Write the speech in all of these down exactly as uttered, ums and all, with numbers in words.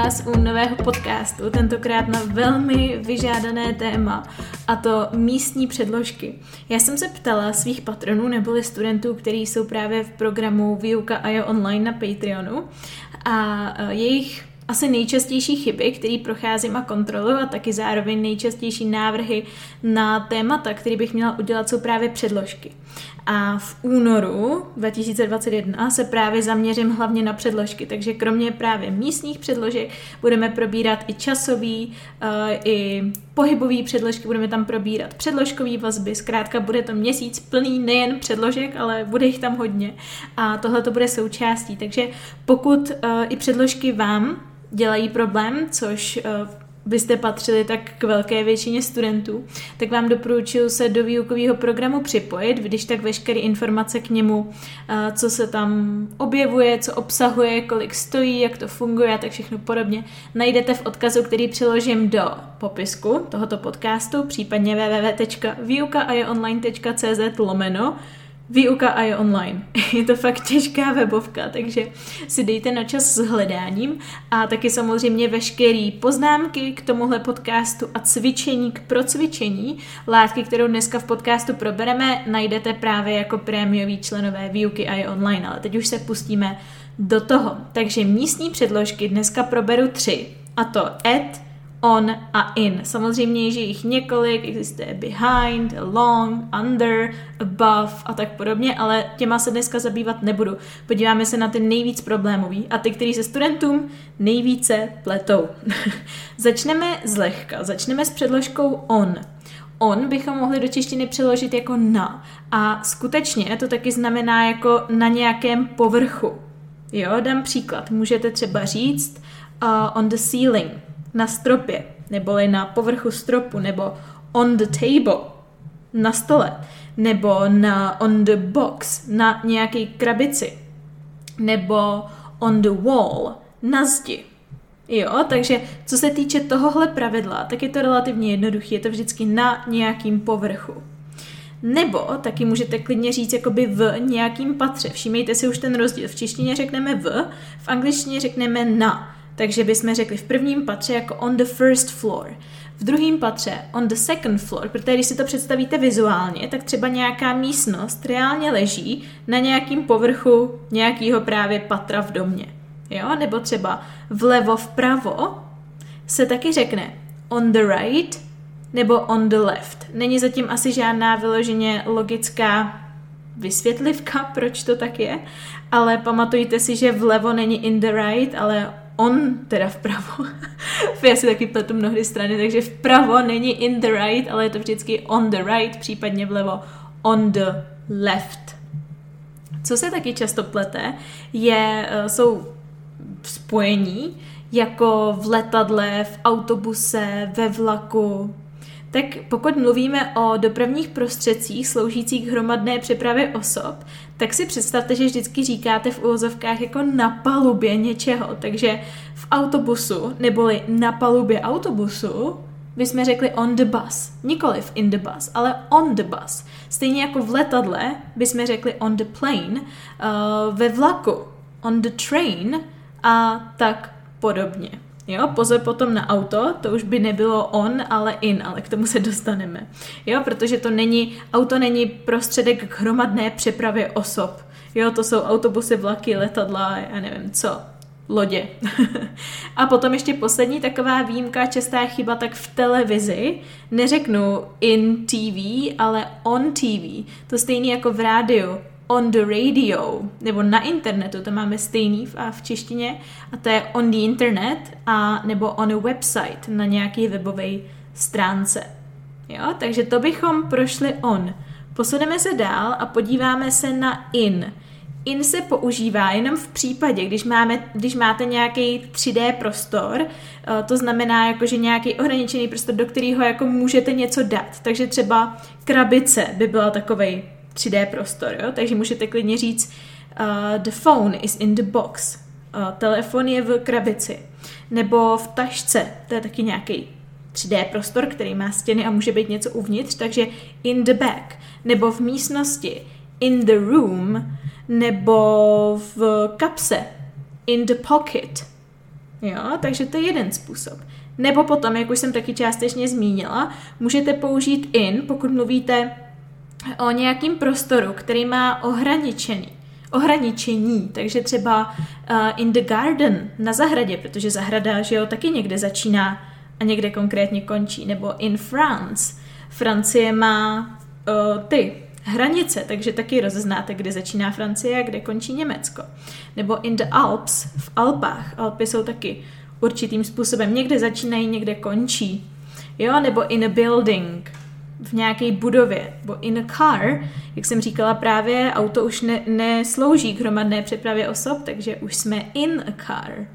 vás u nového podcastu, tentokrát na velmi vyžádané téma, a to místní předložky. Já jsem se ptala svých patronů neboli studentů, kteří jsou právě v programu Výuka a je online na Patreonu, a jejich asi nejčastější chyby, které procházím a kontroluji, a taky zároveň nejčastější návrhy na témata, které bych měla udělat, jsou právě předložky. A v únoru dva tisíce dvacet jedna se právě zaměřím hlavně na předložky, takže kromě právě místních předložek budeme probírat i časový, i pohybový předložky, budeme tam probírat předložkový vazby, zkrátka bude to měsíc plný nejen předložek, ale bude jich tam hodně a tohle to bude součástí, takže pokud i předložky vám dělají problém, což byste patřili tak k velké většině studentů, tak vám doporučuji se do výukového programu připojit, když tak veškeré informace k němu, co se tam objevuje, co obsahuje, kolik stojí, jak to funguje a tak všechno podobně, najdete v odkazu, který přiložím do popisku tohoto podcastu, případně w w w tečka výuka a je online tečka c z lomeno Výuka a je online. Je to fakt těžká webovka, takže si dejte na čas s hledáním a taky samozřejmě veškerý poznámky k tomuhle podcastu a cvičení k procvičení látky, kterou dneska v podcastu probereme, najdete právě jako prémiový členové Výuky a je online, ale teď už se pustíme do toho. Takže místní předložky dneska proberu tři, a to at, on a in. Samozřejmě, že jich několik, existuje behind, along, under, above a tak podobně, ale těma se dneska zabývat nebudu. Podíváme se na ty nejvíc problémový a ty, který se studentům nejvíce pletou. Začneme zlehka, začneme s předložkou on. On bychom mohli do češtiny přeložit jako na a skutečně to taky znamená jako na nějakém povrchu. Jo, dám příklad. Můžete třeba říct uh, on the ceiling, na stropě, neboli na povrchu stropu, nebo on the table, na stole, nebo na on the box, na nějaké krabici, nebo on the wall, na zdi. Jo, takže co se týče tohohle pravidla, tak je to relativně jednoduché, je to vždycky na nějakým povrchu. Nebo taky můžete klidně říct jakoby v nějakým patře. Všímejte si už ten rozdíl. V češtině řekneme v, v angličtině řekneme na. Takže bychom řekli v prvním patře jako on the first floor. V druhém patře on the second floor, protože když si to představíte vizuálně, tak třeba nějaká místnost reálně leží na nějakým povrchu nějakého právě patra v domě. Jo? Nebo třeba vlevo vpravo se taky řekne on the right nebo on the left. Není zatím asi žádná vyloženě logická vysvětlivka, proč to tak je, ale pamatujte si, že vlevo není in the right, ale on, teda vpravo. Já si taky pletu mnohdy strany, takže vpravo není in the right, ale je to vždycky on the right, případně vlevo on the left. Co se taky často plete, je, jsou spojení, jako v letadle, v autobuse, ve vlaku. Tak pokud mluvíme o dopravních prostředcích sloužících k hromadné přepravě osob, tak si představte, že vždycky říkáte v uvozovkách jako na palubě něčeho. Takže v autobusu, neboli na palubě autobusu, bychom řekli on the bus. Nikoliv in the bus, ale on the bus. Stejně jako v letadle bychom řekli on the plane, uh, ve vlaku on the train a tak podobně. Jo, pozor potom na auto, to už by nebylo on, ale in, ale k tomu se dostaneme. Jo, protože to není, auto není prostředek k hromadné přepravě osob. Jo, to jsou autobusy, vlaky, letadla, já nevím co, lodě. A potom ještě poslední taková výjimka, častá chyba, tak v televizi neřeknu in T V, ale on T V. To stejný jako v rádiu. On the radio, nebo na internetu, to máme stejný v, a v češtině, a to je on the internet, a nebo on a website, na nějaký webové stránce. Jo, takže to bychom prošli on. Posuneme se dál a podíváme se na in. In se používá jenom v případě, když, máme, když máte nějaký tři dé prostor, to znamená jako, že nějaký ohraničený prostor, do kterého jako můžete něco dát. Takže třeba krabice by byla takovej tři dé prostor, jo? Takže můžete klidně říct uh, the phone is in the box. Uh, telefon je v krabici. Nebo v tašce, to je taky nějaký tři dé prostor, který má stěny a může být něco uvnitř, takže in the bag. Nebo v místnosti in the room, nebo v kapse in the pocket. Jo, takže to je jeden způsob. Nebo potom, jak už jsem taky částečně zmínila, můžete použít in, pokud mluvíte o nějakým prostoru, který má ohraničený, ohraničení, takže třeba uh, in the garden, na zahradě, protože zahrada, že jo, taky někde začíná a někde konkrétně končí, nebo in France. Francie má uh, ty hranice, takže taky rozeznáte, kde začíná Francie a kde končí Německo. Nebo in the Alps, v Alpách. Alpy jsou taky určitým způsobem. Někde začínají, někde končí. Jo, nebo in a building, v nějaké budově. Nebo in a car, jak jsem říkala právě, auto už ne, neslouží k hromadné přepravě osob, takže už jsme in a car.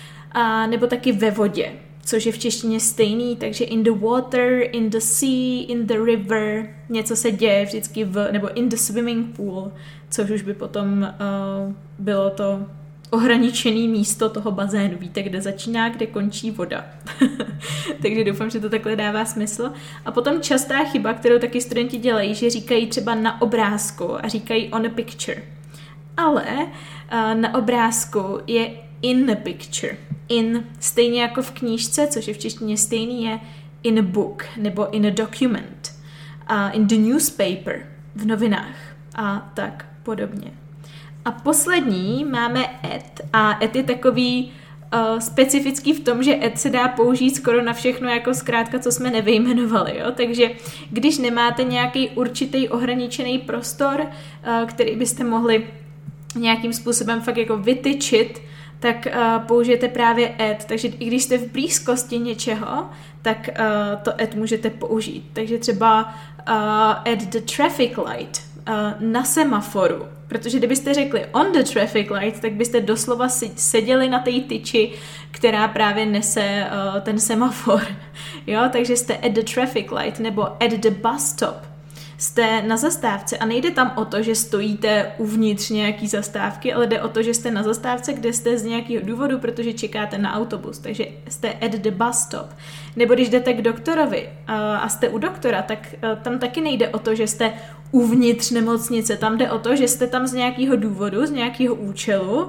A nebo taky ve vodě, což je v češtině stejný, takže in the water, in the sea, in the river, něco se děje vždycky v, nebo in the swimming pool, což už by potom uh, bylo to ohraničené místo toho bazénu. Víte, kde začíná, kde končí voda. Takže doufám, že to takhle dává smysl. A potom častá chyba, kterou taky studenti dělají, že říkají třeba na obrázku a říkají on a picture. Ale uh, na obrázku je in a picture. In, stejně jako v knížce, což je v češtině stejný, je in a book nebo in a document. A in the newspaper, v novinách a tak podobně. A poslední máme et. A et je takový uh, specifický v tom, že et se dá použít skoro na všechno, jako zkrátka, co jsme nevyjmenovali. Jo? Takže když nemáte nějaký určitý ohraničený prostor, uh, který byste mohli nějakým způsobem fakt jako vytyčit, tak uh, použijete právě et. Takže i když jste v blízkosti něčeho, tak uh, to et můžete použít. Takže třeba uh, at the traffic light, uh, na semaforu. Protože kdybyste řekli on the traffic light, tak byste doslova seděli na té tyči, která právě nese uh, ten semafor. Jo, takže jste at the traffic light nebo at the bus stop. Jste na zastávce a nejde tam o to, že stojíte uvnitř nějaký zastávky, ale jde o to, že jste na zastávce, kde jste z nějakého důvodu, protože čekáte na autobus, takže jste at the bus stop. Nebo když jdete k doktorovi a jste u doktora, tak tam taky nejde o to, že jste uvnitř nemocnice, tam jde o to, že jste tam z nějakého důvodu, z nějakého účelu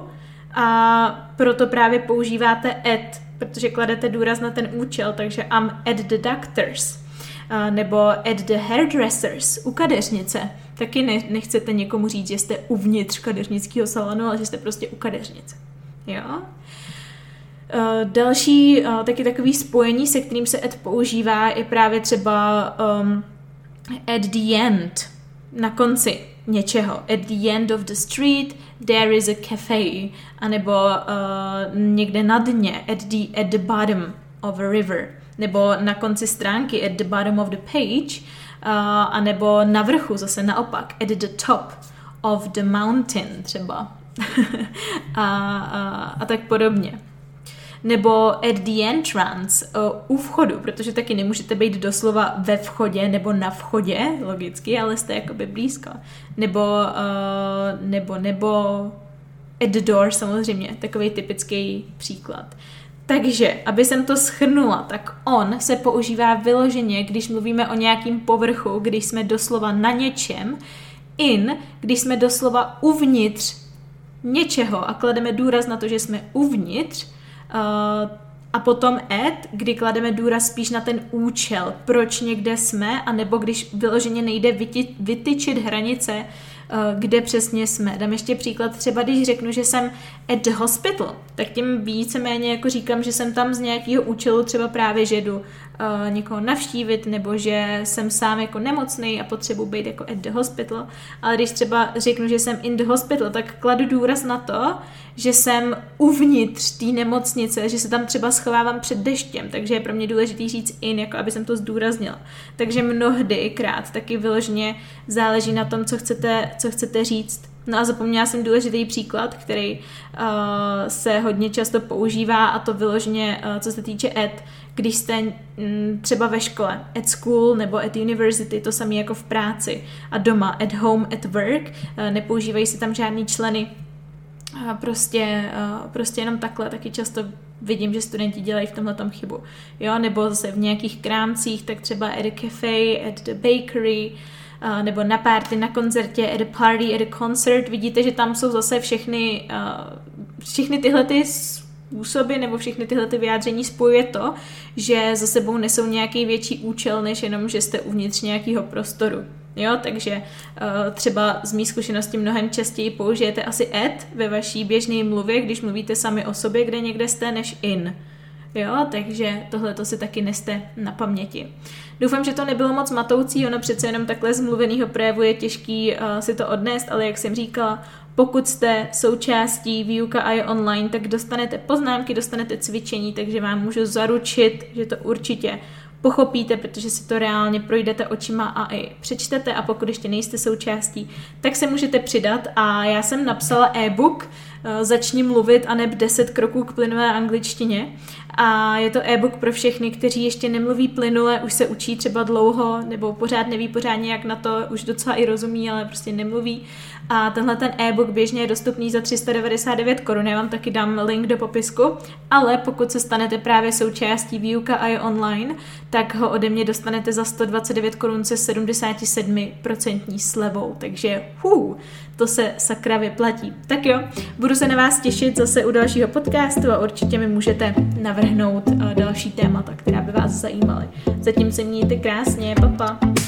a proto právě používáte at, protože kladete důraz na ten účel, takže I'm at the doctor's. Uh, nebo at the hairdressers, u kadeřnice. Taky ne, nechcete někomu říct, že jste uvnitř kadeřnického salonu, ale že jste prostě u kadeřnice. Jo? Uh, další uh, taky takový spojení, se kterým se at používá, je právě třeba um, at the end, na konci něčeho. At the end of the street there is a cafe, anebo uh, někde na dně, at the, at the bottom of a river. Nebo na konci stránky at the bottom of the page, uh, anebo na vrchu, zase naopak, at the top of the mountain třeba. a, a, a tak podobně. Nebo at the entrance, uh, u vchodu, protože taky nemůžete být doslova ve vchodě nebo na vchodě, logicky, ale jste jakoby blízko. Nebo, uh, nebo, nebo at the door samozřejmě, takový typický příklad. Takže, aby jsem to shrnula, tak on se používá vyloženě, když mluvíme o nějakým povrchu, když jsme doslova na něčem, in, když jsme doslova uvnitř něčeho a klademe důraz na to, že jsme uvnitř, uh, a potom at, kdy klademe důraz spíš na ten účel, proč někde jsme, anebo když vyloženě nejde vyti, vytyčit hranice, kde přesně jsme. Dám ještě příklad, třeba když řeknu, že jsem at the hospital, tak tím víceméně jako říkám, že jsem tam z nějakého účelu, třeba právě, že jdu uh, někoho navštívit, nebo že jsem sám jako nemocný a potřebuji být jako at the hospital, ale když třeba řeknu, že jsem in the hospital, tak kladu důraz na to, že jsem uvnitř té nemocnice, že se tam třeba schovávám před deštěm, takže je pro mě důležitý říct in, jako aby jsem to zdůraznila. Takže mnohdy krát taky vyloženě záleží na tom, co chcete, co chcete říct. No a zapomněla jsem důležitý příklad, který uh, se hodně často používá, a to vyloženě, uh, co se týče at, když jste mm, třeba ve škole, at school nebo at university, to samé jako v práci, a doma, at home, at work, uh, nepoužívají se tam žádný členy, a prostě, uh, prostě jenom takhle, taky často vidím, že studenti dělají v tomhletom chybu. Jo? Nebo zase v nějakých krámcích, tak třeba at a cafe, at the bakery, uh, nebo na party, na koncertě, at a party, at a concert. Vidíte, že tam jsou zase všechny, uh, všechny tyhle ty způsoby nebo všechny tyhle ty vyjádření spojuje to, že za sebou nesou nějaký větší účel, než jenom, že jste uvnitř nějakého prostoru. Jo, takže uh, třeba z mých zkušeností mnohem častěji použijete asi at ve vaší běžné mluvě, když mluvíte sami o sobě, kde někde jste, než in. Jo, takže tohle to si taky neste na paměti. Doufám, že to nebylo moc matoucí, ono přece jenom takhle z mluveného projevu je těžký uh, si to odnést, ale jak jsem říkala, pokud jste součástí Výuka a je online, tak dostanete poznámky, dostanete cvičení, takže vám můžu zaručit, že to určitě pochopíte, protože si to reálně projdete očima a i přečtete, a pokud ještě nejste součástí, tak se můžete přidat. A já jsem napsala e-book Začni mluvit a neb deset kroků k plynulé angličtině, a je to e-book pro všechny, kteří ještě nemluví plynule, už se učí třeba dlouho nebo pořád neví pořádně jak na to, už docela i rozumí, ale prostě nemluví. A tenhle ten e-book běžně je dostupný za tři sta devadesát devět korun, já vám taky dám link do popisku, ale pokud se stanete právě součástí Výuka a je online, tak ho ode mě dostanete za sto dvacet devět korun se sedmdesát sedm procent slevou, takže hů, to se sakra vyplatí. Tak jo, budu se na vás těšit zase u dalšího podcastu a určitě mi můžete navrhnout další témata, která by vás zajímaly. Zatím se mějte krásně, pa pa.